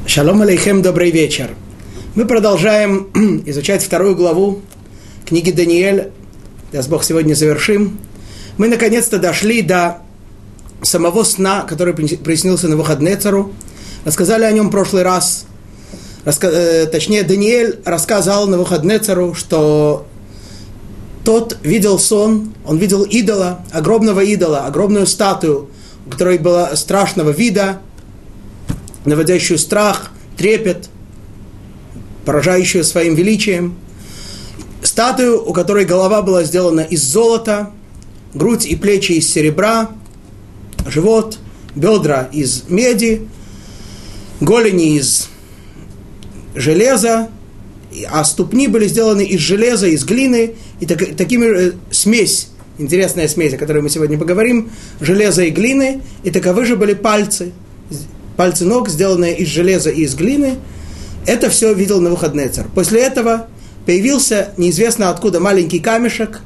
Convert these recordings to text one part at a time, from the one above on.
Шалом алейхем, добрый вечер. Мы продолжаем изучать вторую главу книги Даниэль. Даст Бог, сегодня завершим. Мы наконец-то дошли до самого сна, который приснился Навуходоносору. Рассказали о нем в прошлый раз. Точнее, Даниэль рассказал Навуходоносору, что тот видел сон, он видел идола, огромную статую, у которой была страшного вида, наводящую страх, трепет, поражающую своим величием. Статую, у которой голова была сделана из золота, грудь и плечи из серебра, живот, бедра из меди, голени из железа, а ступни были сделаны из железа, из глины, и такими смесь, интересная смесь, о которой мы сегодня поговорим, железа и глины, и таковы же были пальцы ног, сделанные из железа и из глины. Это все видел Навуходоносор. После этого появился неизвестно откуда маленький камешек,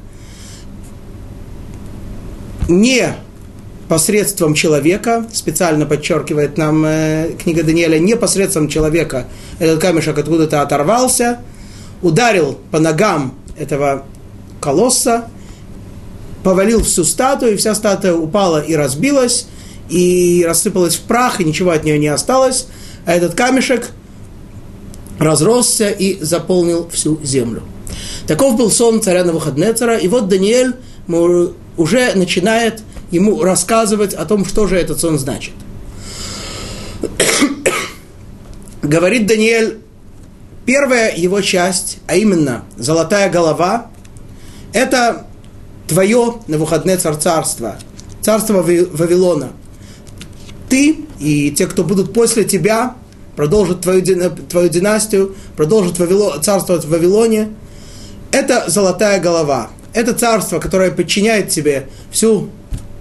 не посредством человека, специально подчеркивает нам книга Даниэля, не посредством человека этот камешек откуда-то оторвался, ударил по ногам этого колосса, повалил всю статую, и вся статуя упала и разбилась, и рассыпалась в прах, и ничего от нее не осталось, а этот камешек разросся и заполнил всю землю. Таков был сон царя Навуходоносора, и вот Даниэль уже начинает ему рассказывать о том, что же этот сон значит. Говорит Даниэль, первая его часть, а именно золотая голова, это твое, Навуходоносор, царство Вавилона. Ты и те, кто будут после тебя, продолжат твою династию, продолжат царство в Вавилоне. Это золотая голова. Это царство, которое подчиняет себе всю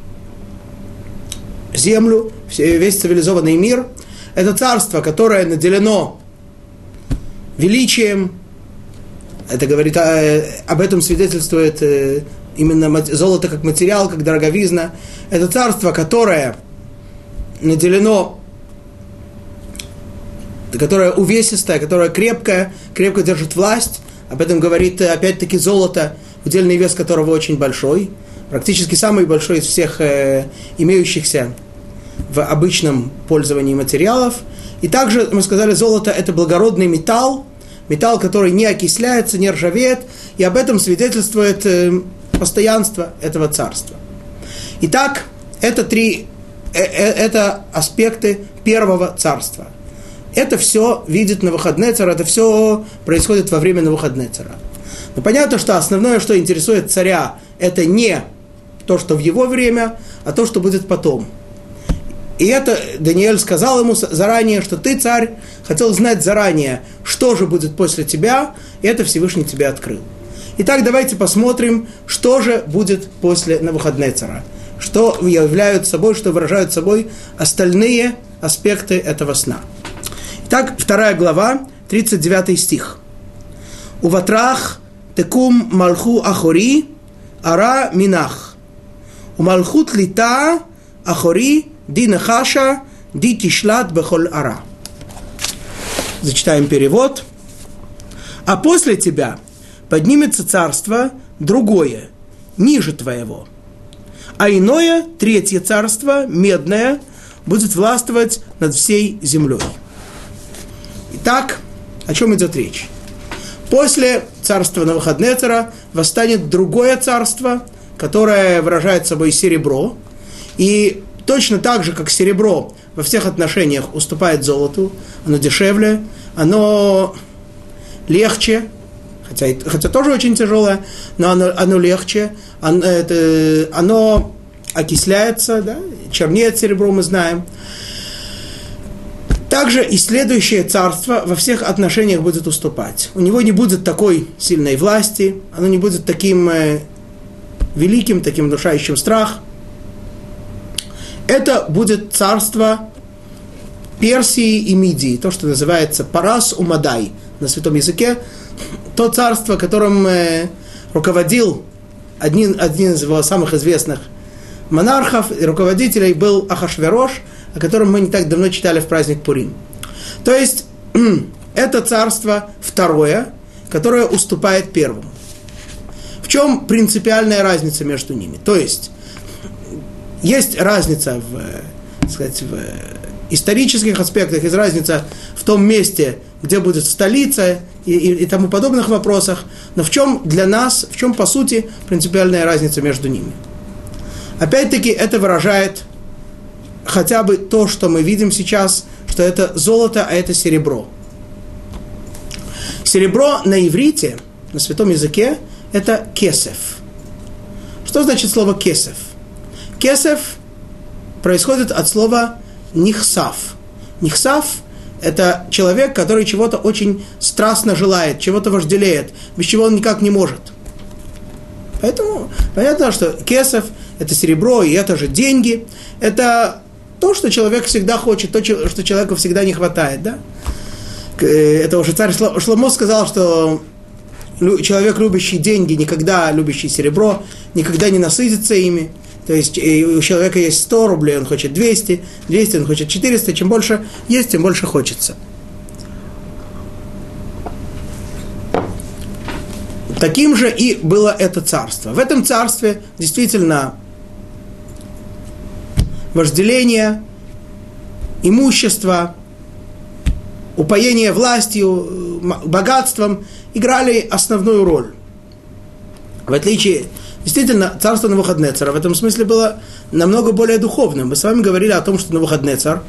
землю, весь цивилизованный мир. Это царство, которое наделено величием. Это говорит, об этом свидетельствует именно золото как материал, как дороговизна. Это царство, которое наделено, которое увесистое, которое крепко держит власть. Об этом говорит, опять-таки, золото, удельный вес которого очень большой, практически самый большой из всех имеющихся в обычном пользовании материалов. И также, мы сказали, золото – это благородный металл, который не окисляется, не ржавеет, и об этом свидетельствует постоянство этого царства. Итак, это аспекты первого царства. Это все видит Навуходоносор, это все происходит во время Навуходоносора. Но понятно, что основное, что интересует царя, это не то, что в его время, а то, что будет потом. И это Даниэль сказал ему заранее, что ты, царь, хотел знать заранее, что же будет после тебя, и это Всевышний тебе открыл. Итак, давайте посмотрим, что же будет после Навуходоносора, что являют собой, что выражают собой остальные аспекты этого сна. Итак, 2 глава, 39 стих. «Уватрах текум малху ахори ара минах, умалхут лита ахори ди нахаша ди тишлат бехоль ара». Зачитаем перевод. «А после тебя поднимется царство другое, ниже твоего, а иное, третье царство, медное, будет властвовать над всей землей». Итак, о чем идет речь? После царства Навуходоносора восстанет другое царство, которое выражает собой серебро. И точно так же, как серебро во всех отношениях уступает золоту, оно дешевле, оно легче, хотя тоже очень тяжелое, но оно легче, оно окисляется, да, чернеет серебро, мы знаем. Также и следующее царство во всех отношениях будет уступать. У него не будет такой сильной власти, оно не будет таким великим, таким внушающим страх. Это будет царство Персии и Мидии, то, что называется Парас Умадай на святом языке. То царство, которым руководил один из его самых известных монархов и руководителей был Ахашверош, о котором мы не так давно читали в праздник Пурим. То есть, это царство второе, которое уступает первому. В чем принципиальная разница между ними? То есть разница в исторических аспектах, есть разница в том месте, где будет столица и тому подобных вопросах, но в чем для нас, в чем по сути принципиальная разница между ними? Опять-таки это выражает хотя бы то, что мы видим сейчас, что это золото, а это серебро. Серебро на иврите, на святом языке, это кесев. Что значит слово кесев? Кесев происходит от слова нихсав. Нихсав – это человек, который чего-то очень страстно желает, чего-то вожделеет, без чего он никак не может. Поэтому понятно, что кесев – это серебро, и это же деньги. Это то, что человек всегда хочет, то, что человеку всегда не хватает. Да? Это уже царь Шломо сказал, что человек, любящий деньги, никогда любящий серебро, никогда не насытится ими. То есть у человека есть 100 рублей, он хочет 200, 200, он хочет 400. Чем больше есть, тем больше хочется. Таким же и было это царство. В этом царстве действительно вожделение, имущество, упоение властью, богатством играли основную роль. В отличие, действительно, царство Навуходоносора в этом смысле было намного более духовным. Мы с вами говорили о том, что Навуходоносор,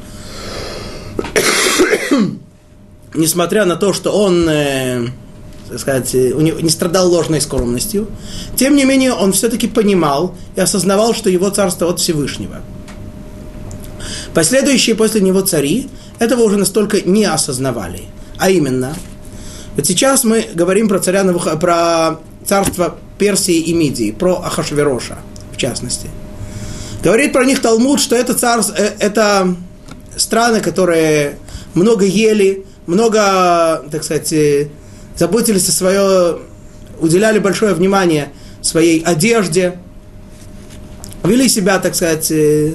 несмотря на то, что он, так сказать, не страдал ложной скромностью, тем не менее он все-таки понимал и осознавал, что его царство от Всевышнего. Последующие после него цари этого уже настолько не осознавали. А именно, вот сейчас мы говорим про про царство Персии и Мидии, про Ахашвероша, в частности. Говорит про них Талмуд, что это страны, которые много ели, много, так сказать, заботились уделяли большое внимание своей одежде, вели себя, так сказать,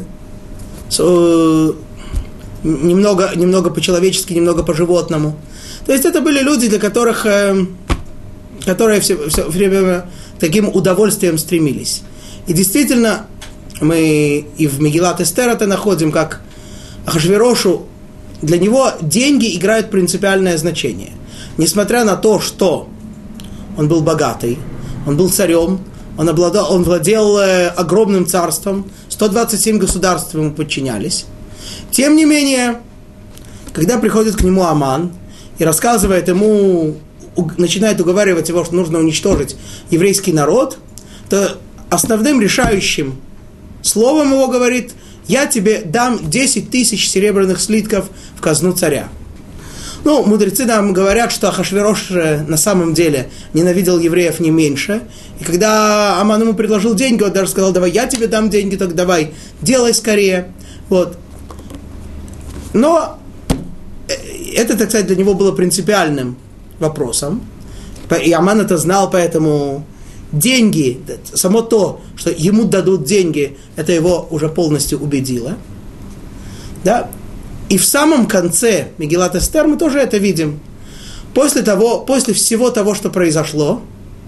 немного по-человечески, немного по-животному. То есть это были люди, для которых, которые все время таким удовольствием стремились. И действительно, мы и в Мегилат Эстер это находим, как Ахашверошу, для него деньги играют принципиальное значение. Несмотря на то, что он был богатый, он был царем, он владел огромным царством, 127 государств ему подчинялись. Тем не менее, когда приходит к нему Аман и рассказывает ему, начинает уговаривать его, что нужно уничтожить еврейский народ, то основным решающим словом его говорит: я тебе дам 10 тысяч серебряных слитков в казну царя. Ну, мудрецы нам говорят, что Ахашверош на самом деле ненавидел евреев не меньше. И когда Аман ему предложил деньги, он даже сказал: давай я тебе дам деньги, так давай, делай скорее. Вот. Но это, так сказать, для него было принципиальным вопросом. И Аман это знал, поэтому деньги, само то, что ему дадут деньги, это его уже полностью убедило. Да? И в самом конце Мегилат Эстер мы тоже это видим. После всего того, что произошло,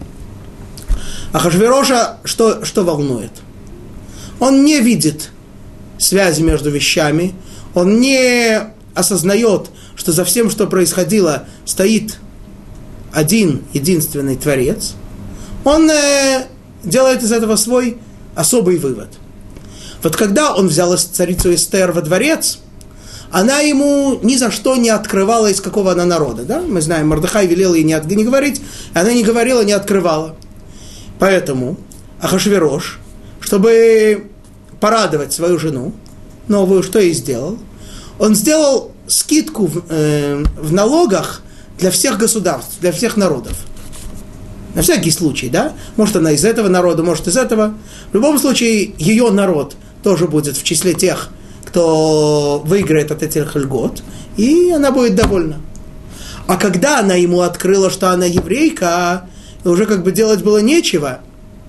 Ахашвероша что волнует? Он не видит связи между вещами, он не осознает, что за всем, что происходило, стоит один единственный Творец. Он делает из этого свой особый вывод. Вот когда он взял царицу Эстер во дворец, она ему ни за что не открывала, из какого она народа. Да? Мы знаем, Мордехай велел ей не говорить, она не говорила, не открывала. Поэтому Ахашверош, чтобы порадовать свою жену новую, что и сделал? Он сделал скидку в налогах для всех государств, для всех народов. На всякий случай, да? Может, она из этого народа, может, из этого. В любом случае, ее народ тоже будет в числе тех, кто выиграет от этих льгот, и она будет довольна. А когда она ему открыла, что она еврейка, уже как бы делать было нечего,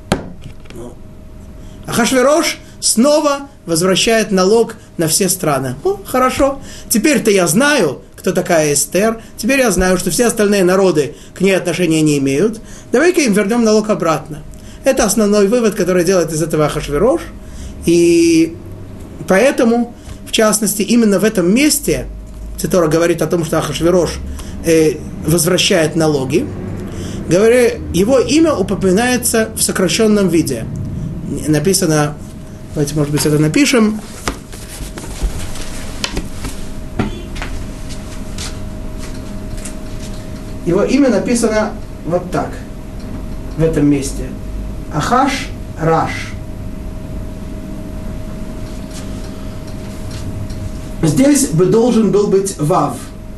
Ахашверош снова возвращает налог на все страны. Хорошо, теперь-то я знаю, кто такая Эстер. Теперь я знаю, что все остальные народы к ней отношения не имеют. Давай-ка им вернем налог обратно. Это основной вывод, который делает из этого Ахашвирош. И поэтому, в частности, именно в этом месте, Цитора говорит о том, что Ахашвирош возвращает налоги, его имя упоминается в сокращенном виде. Написано, давайте, может быть, это напишем. Его имя написано вот так, в этом месте. Ахаш Раш. Здесь бы должен был быть Вав.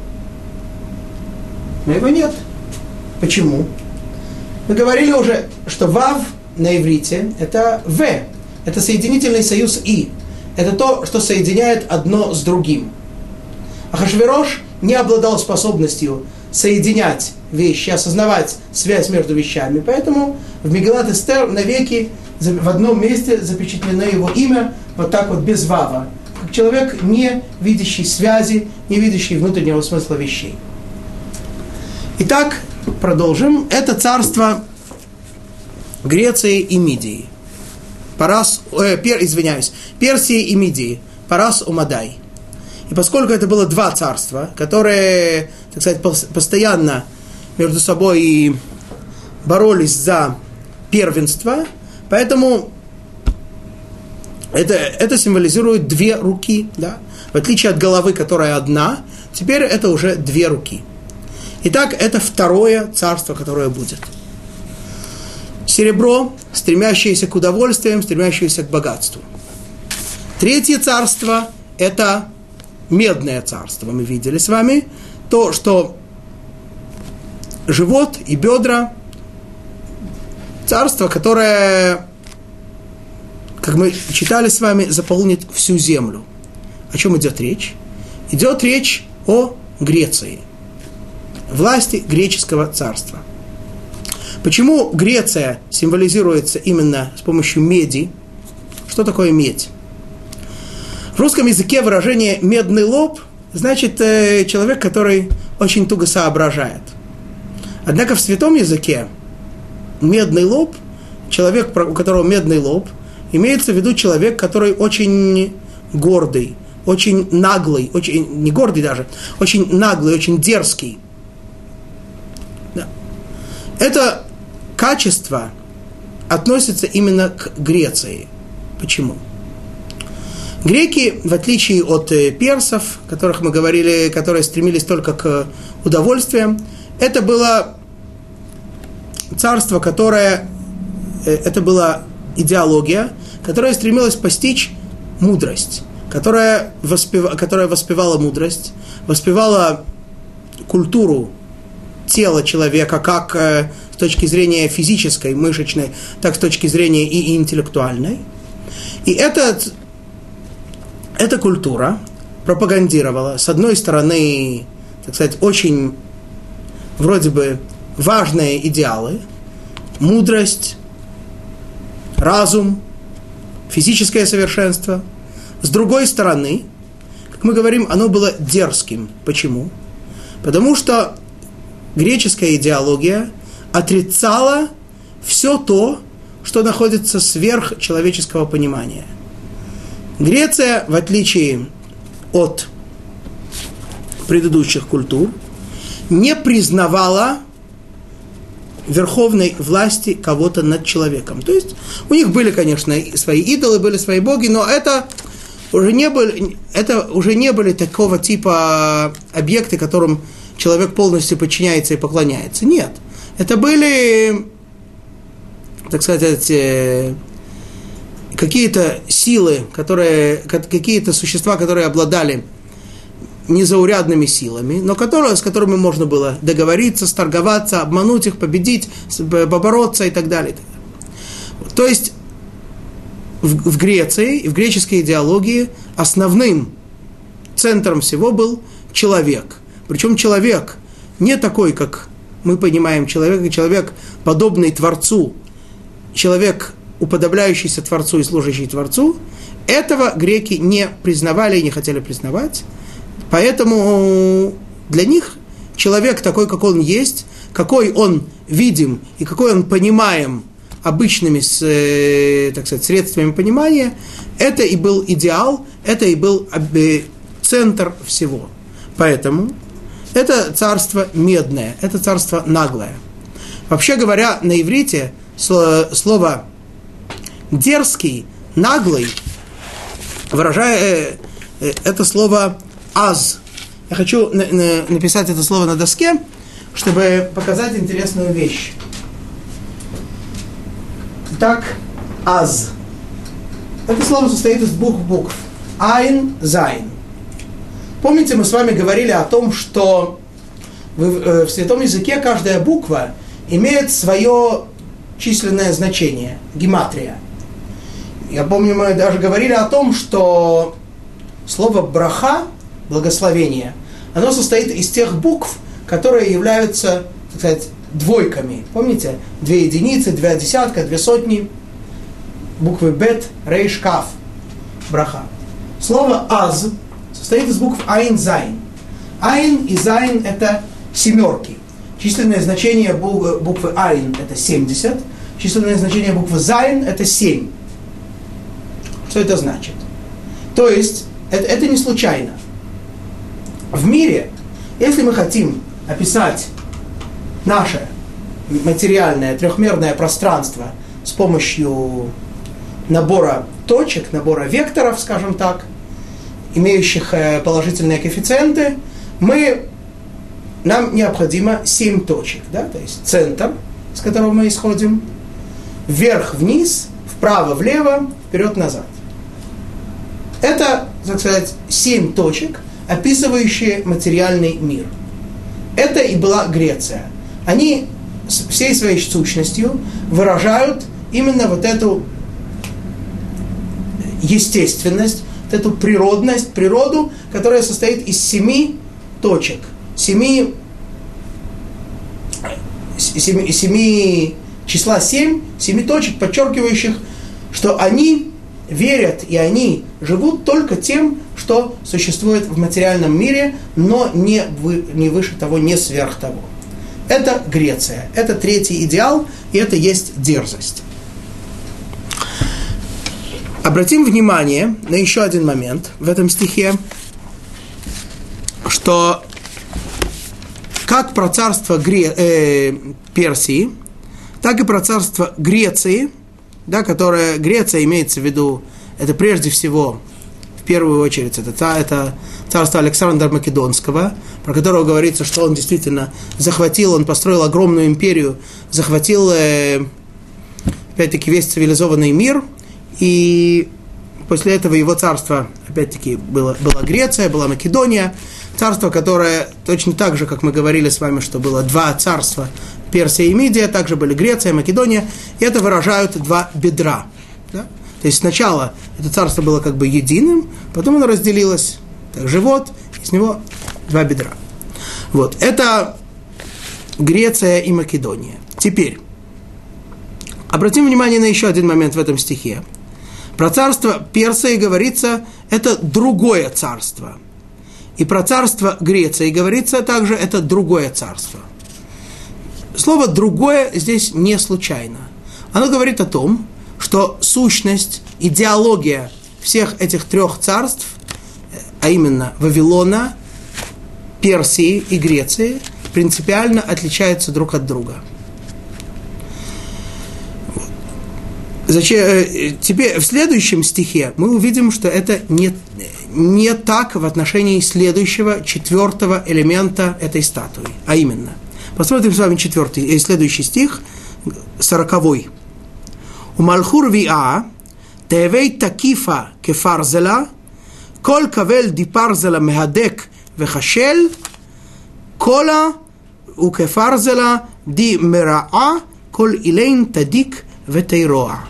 Но его нет. Почему? Мы говорили уже, что Вав на иврите это В. Это соединительный союз И. Это то, что соединяет одно с другим. Ахашвирош не обладал способностью соединять вещи, осознавать связь между вещами. Поэтому в Мегилат Эстер навеки в одном месте запечатлено его имя, вот так вот без Вава. Как человек, не видящий связи, не видящий внутреннего смысла вещей. Итак, продолжим. Это царство Греции и Мидии. Персии и Мидии. Парас Умадай. И поскольку это было два царства, которые, так сказать, постоянно между собой боролись за первенство, поэтому это символизирует две руки, да? В отличие от головы, которая одна, теперь это уже две руки. Итак, это второе царство, которое будет. Серебро, стремящееся к удовольствиям, стремящееся к богатству. Третье царство – это медное царство. Мы видели с вами то, что живот и бедра – царство, которое, как мы читали с вами, заполнит всю землю. О чем идет речь? Идет речь о Греции, власти греческого царства. Почему Греция символизируется именно с помощью меди? Что такое медь? В русском языке выражение «медный лоб» значит человек, который очень туго соображает. Однако в святом языке медный лоб, человек, у которого медный лоб, имеется в виду человек, который очень гордый, очень наглый, очень, не гордый даже, очень наглый, очень дерзкий. Да. Это качество относится именно к Греции. Почему? Греки, в отличие от персов, о которых мы говорили, которые стремились только к удовольствиям, это было царство, которое, это была идеология, которая стремилась постичь мудрость, которая воспевала мудрость, воспевала культуру тела человека как с точки зрения физической, мышечной, так с точки зрения и интеллектуальной. И эта культура пропагандировала, с одной стороны, так сказать, очень вроде бы важные идеалы, мудрость, разум, физическое совершенство. С другой стороны, как мы говорим, оно было дерзким. Почему? Потому что греческая идеология отрицала все то, что находится сверх человеческого понимания. Греция, в отличие от предыдущих культур, не признавала верховной власти кого-то над человеком. То есть у них были, конечно, свои идолы, были свои боги, но это уже не были такого типа объекты, которым человек полностью подчиняется и поклоняется. Нет. Это были, так сказать, какие-то силы, какие-то существа, которые обладали незаурядными силами, но с которыми можно было договориться, сторговаться, обмануть их, победить, побороться и так далее. То есть в Греции и в греческой идеологии основным центром всего был человек. Причем человек не такой, как мы понимаем человек, подобный Творцу, человек, уподобляющийся Творцу и служащий Творцу. Этого греки не признавали и не хотели признавать. Поэтому Для них человек такой, как он есть, какой он видим и какой он понимаем обычными, так сказать, средствами понимания, это и был идеал, это и был центр всего. Поэтому это царство медное, это царство наглое. Вообще говоря, на иврите слово дерзкий, наглый, выражая это слово «аз». Я хочу написать это слово на доске, чтобы показать интересную вещь. Итак, «аз». Это слово состоит из двух букв. «Айн», «зайн». Помните, мы с вами говорили о том, что в святом языке каждая буква имеет свое численное значение, гематрия. Я помню, мы даже говорили о том, что слово «браха», благословение, оно состоит из тех букв, которые являются, так сказать, двойками. Помните? 2 единицы, 2 десятка, 2 сотни. Буквы бет, рейш, каф. Браха. Слово «аз» состоит из букв «айн», «зайн». «Айн» и «зайн» – это семерки. Численное значение буквы «айн» – это 70. Численное значение буквы «зайн» – это 7. Что это значит? То есть, это не случайно. В мире, если мы хотим описать наше материальное трехмерное пространство с помощью набора точек, набора векторов, скажем так, имеющих положительные коэффициенты, нам необходимо 7 точек. Да? То есть центр, с которого мы исходим, вверх-вниз, вправо-влево, вперед-назад. Это, так сказать, 7 точек, описывающие материальный мир. Это и была Греция. Они всей своей сущностью выражают именно вот эту естественность, вот эту природность, природу, которая состоит из 7 точек. 7 числа 7 точек, подчеркивающих, что они верят и они живут только тем, что существует в материальном мире, но не выше того, не сверх того. Это Греция, это третий идеал, и это есть дерзость. Обратим внимание на еще один момент в этом стихе, что как про царство Персии, так и про царство Греции, да, которое Греция имеется в виду, это прежде всего, в первую очередь, это царство Александра Македонского, про которого говорится, что он действительно он построил огромную империю, захватил, опять-таки, весь цивилизованный мир, и после этого его царство, опять-таки, была Греция, была Македония, царство, которое точно так же, как мы говорили с вами, что было 2 царства, Персия и Мидия, также были Греция, Македония, и это выражают 2 бедра. Да? То есть сначала это царство было как бы единым, потом оно разделилось, так, живот, из него 2 бедра. Вот, это Греция и Македония. Теперь, обратим внимание на еще один момент в этом стихе. Про царство Персии говорится, это другое царство. И про царство Греции говорится также, это другое царство. Слово «другое» здесь не случайно. Оно говорит о том, что сущность, идеология всех этих 3 царств, а именно Вавилона, Персии и Греции, принципиально отличаются друг от друга. Теперь в следующем стихе мы увидим, что это не так в отношении следующего, 4-го элемента этой статуи, а именно. Посмотрим с вами следующий стих, 40-й. «Умалхур виа, тевей такифа кефарзела, кол кавел дипарзела мехадек вехашел, кола укефарзела ди мераа, кол илейн тадик ветейроа».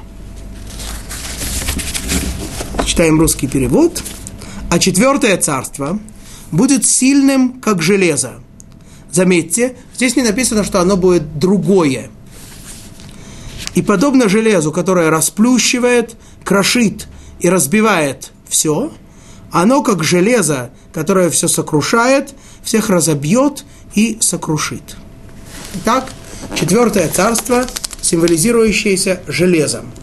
Читаем русский перевод. «А 4-е царство будет сильным, как железо». Заметьте, здесь не написано, что оно будет другое. И подобно железу, которое расплющивает, крошит и разбивает все, Оно как железо, которое все сокрушает, всех разобьет и сокрушит. Итак, 4 царство, символизирующееся железом.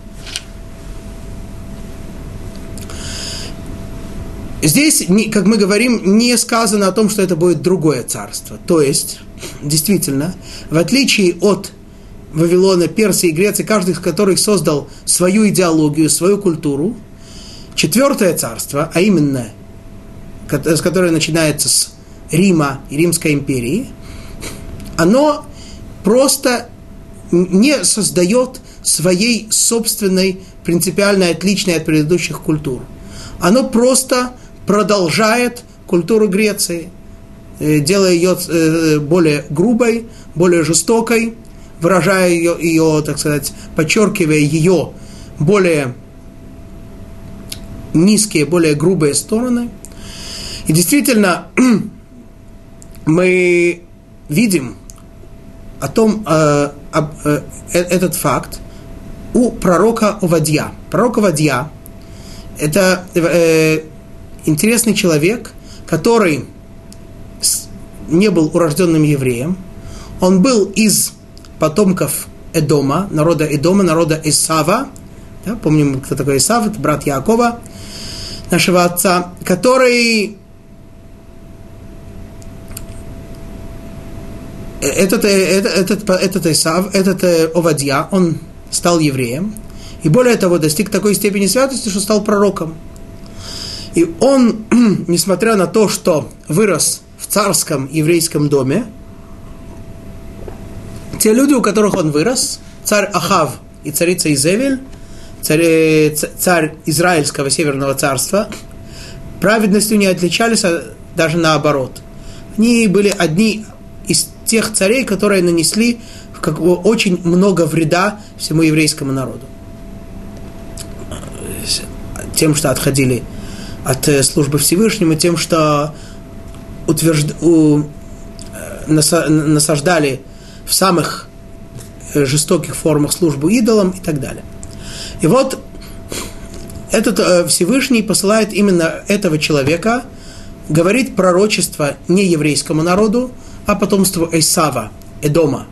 Здесь, как мы говорим, не сказано о том, что это будет другое царство. То есть, действительно, в отличие от Вавилона, Персии и Греции, каждый из которых создал свою идеологию, свою культуру, 4 царство, а именно, которое начинается с Рима и Римской империи, оно просто не создает своей собственной, принципиально отличной от предыдущих культур. Оно просто продолжает культуру Греции, делая ее более грубой, более жестокой, выражая ее, так сказать, подчеркивая ее более низкие, более грубые стороны. И действительно, мы видим этот факт у пророка Овадья. Пророк Овадья – это интересный человек, который не был урожденным евреем. Он был из потомков Эдома, народа Исава. Да, помним, кто такой Исав, это брат Яакова, нашего отца, который этот Исав, этот Овадья, он стал евреем, и более того, достиг такой степени святости, что стал пророком. И он, несмотря на то, что вырос в царском еврейском доме, те люди, у которых он вырос, царь Ахав и царица Изевель, царь Израильского Северного царства, праведностью не отличались, а даже наоборот. Они были одни из тех царей, которые нанесли очень много вреда всему еврейскому народу. Тем, что отходили от службы Всевышнему, тем, что насаждали в самых жестоких формах службу идолам и так далее. И вот этот Всевышний посылает именно этого человека говорить пророчество не еврейскому народу, а потомству Исава, Эдома.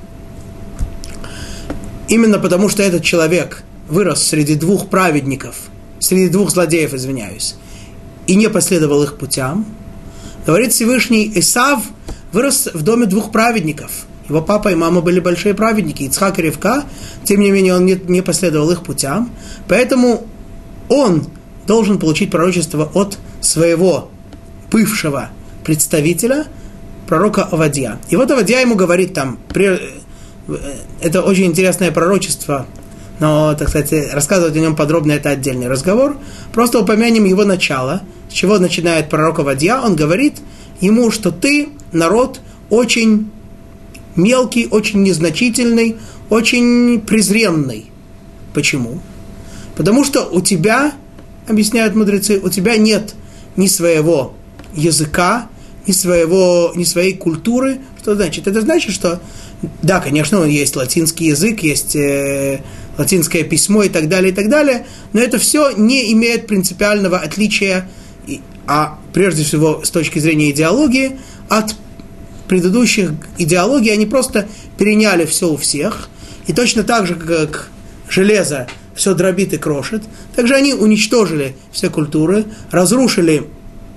Именно потому, что этот человек вырос среди двух праведников, среди двух злодеев, извиняюсь, и не последовал их путям, говорит Всевышний, Исав вырос в доме двух праведников. Его папа и мама были большие праведники, Ицхак и Ривка, тем не менее он не последовал их путям, поэтому он должен получить пророчество от своего бывшего представителя, пророка Овадья. И вот Овадья ему говорит там, это очень интересное пророчество, но, так сказать, рассказывать о нем подробно это отдельный разговор, просто упомянем его начало, с чего начинает пророк Овадья. Он говорит ему, что ты народ очень мелкий, очень незначительный, очень презренный. Почему? Потому что у тебя, объясняют мудрецы, у тебя нет ни своего языка, ни своей культуры. Что значит? Это значит, что, да, конечно, есть латинский язык, есть латинское письмо и так далее, но это все не имеет принципиального отличия, а прежде всего с точки зрения идеологии, от предыдущих идеологий. Они просто переняли все у всех, и точно так же, как железо все дробит и крошит, также они уничтожили все культуры, разрушили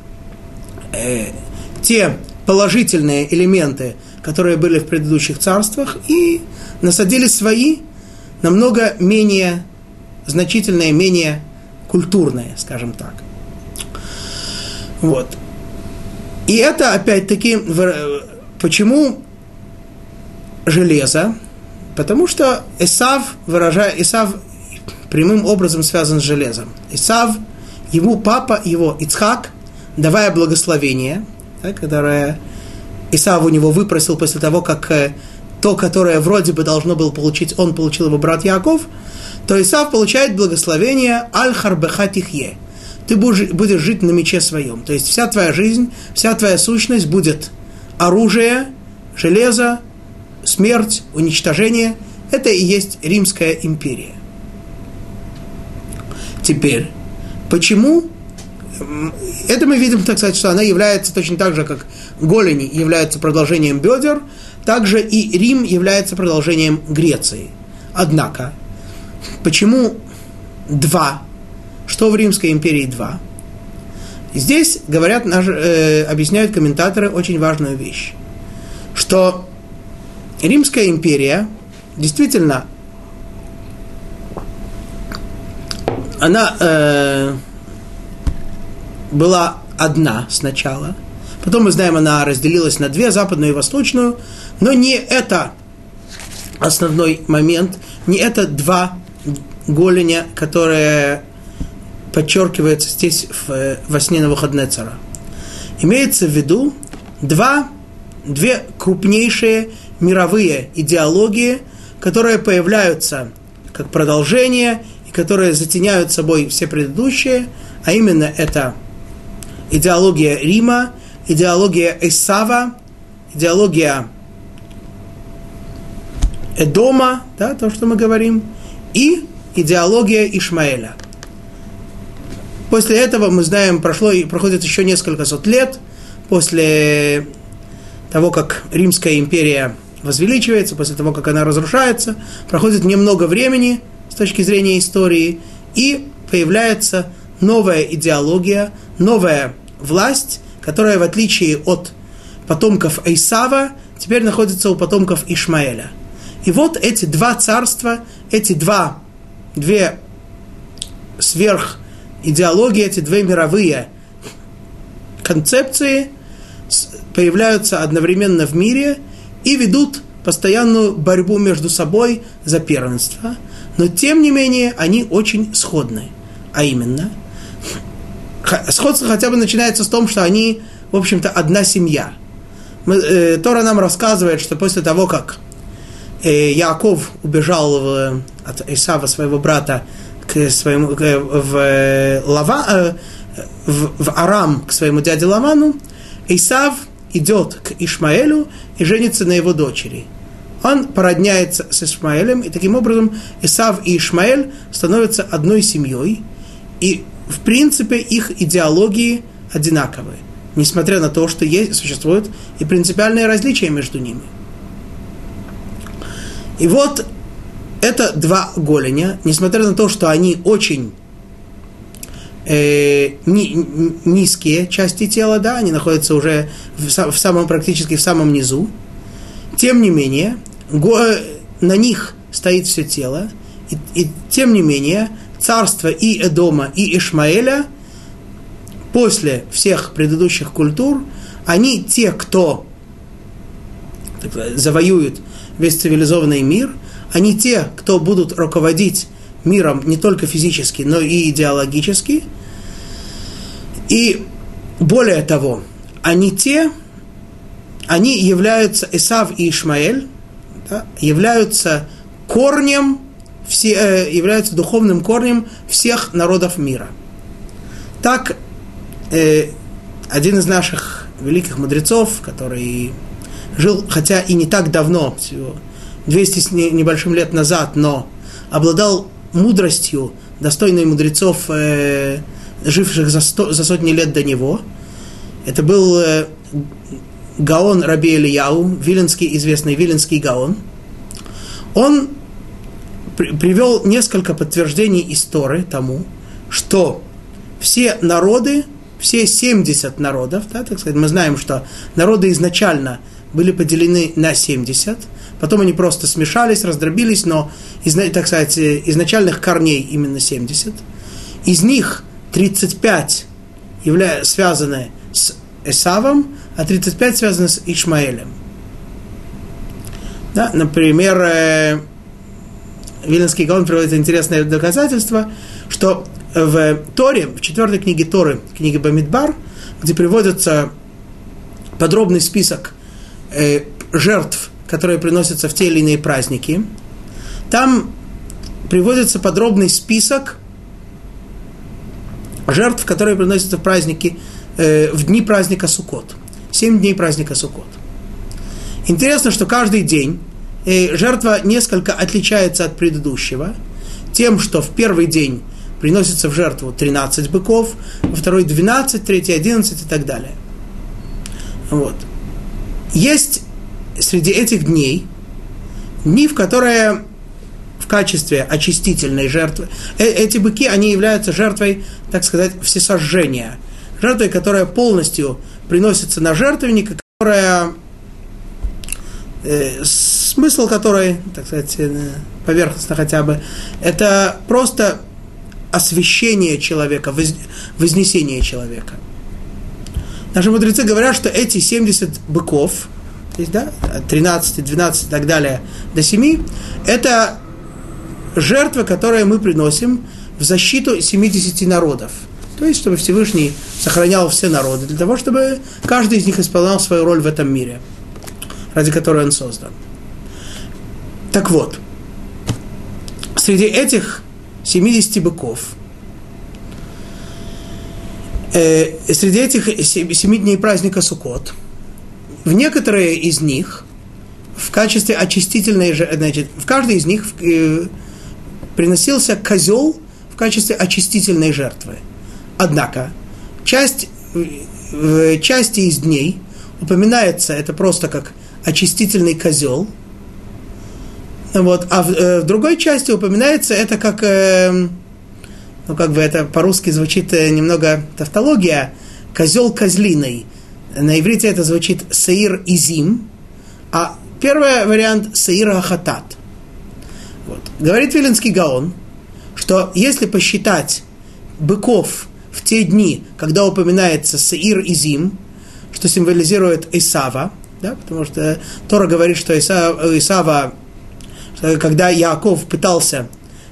те положительные элементы, которые были в предыдущих царствах, и насадили свои, намного менее значительные, менее культурные, скажем так. Вот. И это, опять-таки, почему железо? Потому что Исав прямым образом связан с железом. Исав, его папа, его Ицхак, давая благословение, да, которое Исав у него выпросил после того, как то, которое вроде бы должно было получить, он получил его брат Яаков, то Исав получает благословение «Аль-Харбеха тихье». Ты будешь жить на мече своем. То есть вся твоя жизнь, вся твоя сущность будет оружие, железо, смерть, уничтожение. Это и есть Римская империя. Теперь, почему Это мы видим, так сказать, что она является точно так же, как голени являются продолжением бедер, также и Рим является продолжением Греции. Однако, почему два? Что в Римской империи два? Здесь говорят, объясняют комментаторы очень важную вещь, что Римская империя действительно она была одна сначала, потом, мы знаем, она разделилась на две, западную и восточную, но не это основной момент, не это два голеня, которые подчеркиваются здесь во сне Навуходоносора. Имеется в виду две крупнейшие мировые идеологии, которые появляются как продолжение и которые затеняют собой все предыдущие, а именно это идеология Рима, идеология Эсава, идеология Эдома, да, то, что мы говорим, и идеология Ишмаэля. После этого, мы знаем, проходит еще несколько сот лет, после того, как Римская империя возвеличивается, после того, как она разрушается, проходит немного времени с точки зрения истории, и появляется новая идеология, новая власть, которая, в отличие от потомков Эйсава, теперь находится у потомков Ишмаэля. И вот эти два царства, эти две сверхидеологии, эти две мировые концепции появляются одновременно в мире и ведут постоянную борьбу между собой за первенство. Но, тем не менее, они очень сходны. А именно, сходство хотя бы начинается с том, что они, в общем-то, одна семья. Тора нам рассказывает, что после того, как Яаков убежал от Исава, своего брата, в Арам к своему дяде Лавану, Исав идет к Ишмаэлю и женится на его дочери. Он породняется с Ишмаэлем, и таким образом Исав и Ишмаэль становятся одной семьей, и в принципе их идеологии одинаковые, несмотря на то, что существуют и принципиальные различия между ними. И вот это два голеня, несмотря на то, что они очень низкие части тела, да, они находятся уже практически в самом низу. Тем не менее, на них стоит все тело, и тем не менее, царство и Эдома, и Ишмаэля после всех предыдущих культур, они те, кто завоюют весь цивилизованный мир, они те, кто будут руководить миром не только физически, но и идеологически. И более того, они являются, Исав и Ишмаэль, да, являются являются духовным корнем всех народов мира. Так, один из наших великих мудрецов, который жил, хотя и не так давно, всего 200 с небольшим лет назад, но обладал мудростью, достойной мудрецов, живших за сотни лет до него. Это был Гаон Раби Элияу, известный Виленский Гаон. Он привел несколько подтверждений из Торы тому, что все народы, все 70 народов, да, так сказать, мы знаем, что народы изначально были поделены на 70, потом они просто смешались, раздробились, но, так сказать, изначальных корней именно 70. Из них 35 связаны с Эсавом, а 35 связаны с Ишмаэлем. Да, например, Виленский Гаон приводит интересное доказательство, что в Торе, в 4 книге Торы, книге Бамидбар, где приводится подробный список жертв, которые приносятся в те или иные праздники, там приводится подробный список жертв, которые приносятся в праздники, в дни праздника Суккот. 7 дней праздника Суккот. Интересно, что каждый день жертва несколько отличается от предыдущего, тем, что в первый день приносится в жертву 13 быков, во второй 12, в третий 11 и так далее. Вот. Есть среди этих дней дни, в которые в качестве очистительной жертвы, эти быки, они являются жертвой, так сказать, всесожжения, жертвой, которая полностью приносится на жертвенник, которая, смысл которой, так сказать, поверхностно хотя бы, это просто освящение человека, вознесение человека. Наши мудрецы говорят, что эти 70 быков, то есть, да, от 13, 12 и так далее до 7, это жертвы, которые мы приносим в защиту 70 народов. То есть, чтобы Всевышний сохранял все народы, для того, чтобы каждый из них исполнял свою роль в этом мире, ради которой он создан. Так вот, среди этих 70 быков, среди этих 7 дней праздника Суккот, в некоторые из них, в качестве очистительной, значит, в каждой из них приносился козел в качестве очистительной жертвы. Однако, в части из дней упоминается это просто как очистительный козел, вот, а в другой части упоминается это как, ну как бы это по-русски звучит немного тавтология, козел козлиный. На иврите это звучит сеир изим, а первый вариант сеир ахатат. Вот. Говорит Виленский Гаон, что если посчитать быков в те дни, когда упоминается сеир изим, что символизирует Исава, да, потому что Тора говорит, что Исава, когда Яаков пытался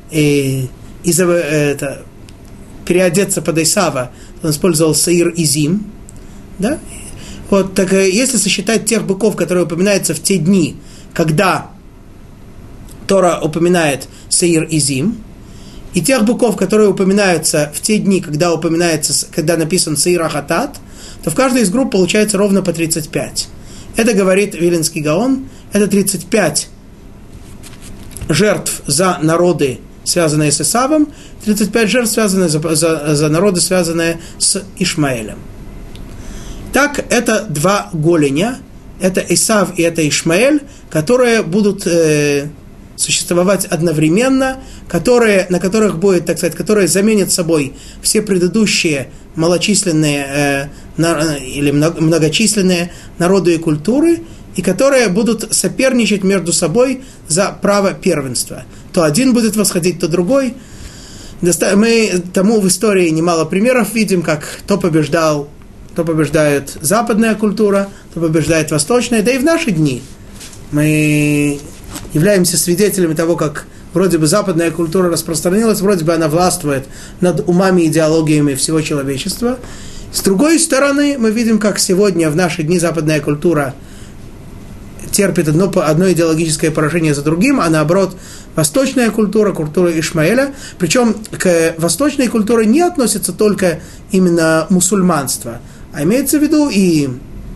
переодеться под Исава, он использовал сеир изим, да? Вот, так если сосчитать тех быков, которые упоминаются в те дни, когда Тора упоминает сеир изим, и тех быков, которые упоминаются в те дни, когда написан сеир ахатат, то в каждой из групп получается ровно по 35. Это говорит Виленский Гаон, это 35 жертв за народы, связанные с Исавом, 35 жертв, связанные за народы, связанные с Ишмаэлем. Так, это два голеня, это Исав и это Ишмаэль, которые будут существовать одновременно, на которых будет, так сказать, которые заменят собой все предыдущие малочисленные или многочисленные народы и культуры, и которые будут соперничать между собой за право первенства. То один будет восходить, то другой. Мы тому в истории немало примеров видим, как то побеждает западная культура, то побеждает восточная, да и в наши дни мы являемся свидетелями того, как вроде бы западная культура распространилась, вроде бы она властвует над умами и идеологиями всего человечества. С другой стороны, мы видим, как сегодня в наши дни западная культура терпит одно идеологическое поражение за другим, а наоборот, восточная культура, культура Ишмаэля, причем к восточной культуре не относится только именно мусульманство, а имеется в виду и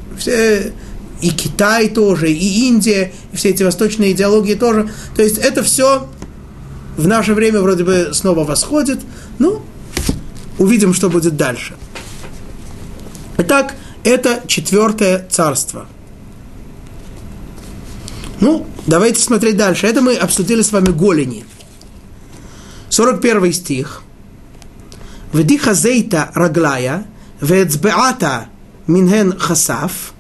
Китай тоже, и Индия, и все эти восточные идеологии тоже. То есть это все в наше время вроде бы снова восходит. Ну, увидим, что будет дальше. Итак, это 4 царство. Ну, давайте смотреть дальше. Это мы обсудили с вами голени. 41 стих. «Веди хазейта раглая, вецбеата минхен хасаф,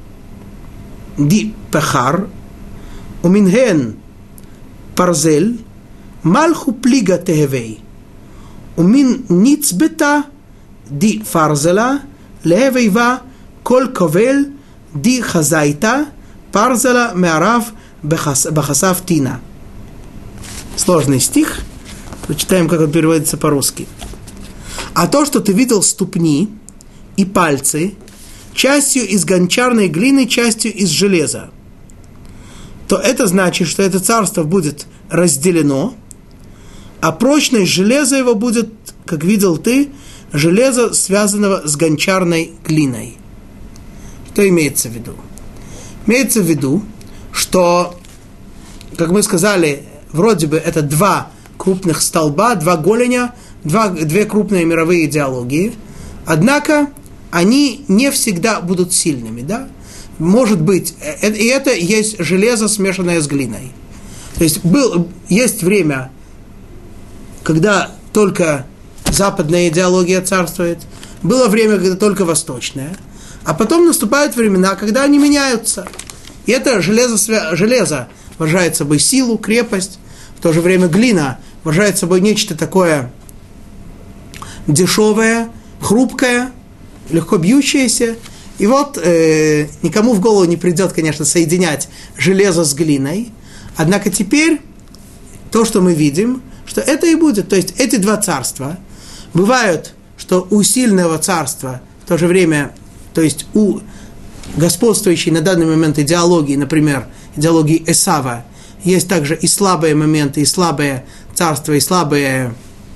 ди пехар, уминхен парзель, мальху плига tehevei, умин ницбета ди фарзела, лeheveiva кол ковел ди хазайта, парзела меарав бахасав тина». Сложный стих. Прочитаем, как он переводится по-русски. «А то, что ты видел ступни и пальцы, частью из гончарной глины, частью из железа, то это значит, что это царство будет разделено, а прочность железа его будет, как видел ты, железо, связанного с гончарной глиной». Что имеется в виду? Имеется в виду, что, как мы сказали, вроде бы это два крупных столба, два голеня, две крупные мировые идеологии, однако они не всегда будут сильными, да? Может быть, и это есть железо, смешанное с глиной. То есть есть время, когда только западная идеология царствует, было время, когда только восточная, а потом наступают времена, когда они меняются. И это железо выражает собой силу, крепость, в то же время глина выражает собой нечто такое дешевое, хрупкое, легко бьющееся. И вот никому в голову не придет, конечно, соединять железо с глиной. Однако теперь то, что мы видим, что это и будет. То есть эти два царства бывают, что у сильного царства в то же время, то есть у господствующей на данный момент идеологии, например, идеологии Эсава, есть также и слабые моменты, и слабые царства, и слабые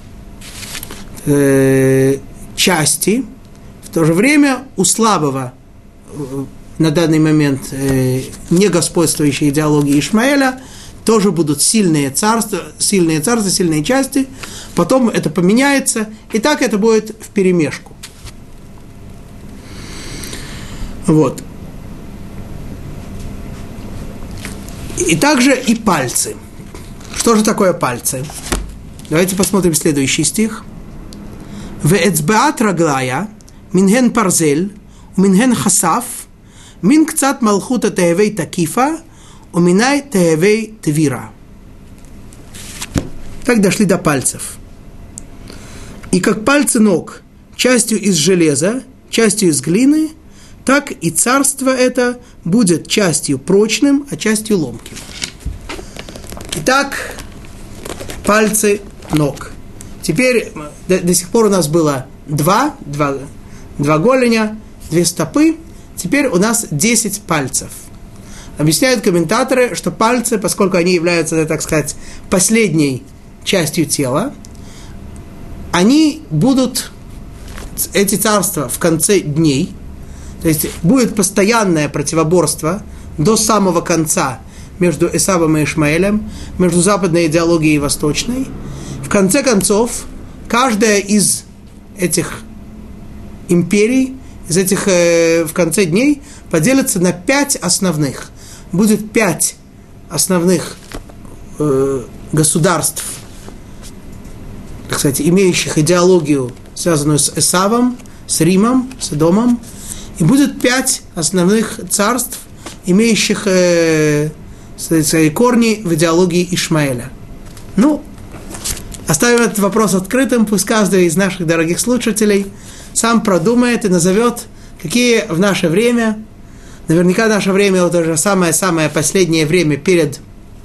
части. В то же время у слабого на данный момент не господствующей идеологии Ишмаэля тоже будут сильные царства, сильные части. Потом это поменяется, и так это будет вперемешку. Вот. И также и пальцы. Что же такое пальцы? Давайте посмотрим следующий стих. «Веэцбеат раглая, минген парзель, минген хасаф, мин кцат малхута теевей такифа, уминай теевей твира». Так дошли до пальцев. «И как пальцы ног, частью из железа, частью из глины, так и царство это будет частью прочным, а частью ломким». Итак, пальцы ног. Теперь до сих пор у нас было два голеня, 2 стопы. Теперь у нас 10 пальцев. Объясняют комментаторы, что пальцы, поскольку они являются, так сказать, последней частью тела, они будут, эти царства, в конце дней. То есть будет постоянное противоборство до самого конца между Эсавом и Ишмаэлем, между западной идеологией и восточной. В конце концов, каждая из этих империй, из этих в конце дней, поделится на 5 основных. Будет 5 основных государств, кстати, имеющих идеологию, связанную с Эсавом, с Римом, с Эдомом. И будет 5 основных царств, имеющих свои корни в идеологии Ишмаэля. Ну, оставим этот вопрос открытым, пусть каждый из наших дорогих слушателей сам продумает и назовет, какие в наше время, наверняка наше время вот уже самое-самое последнее время перед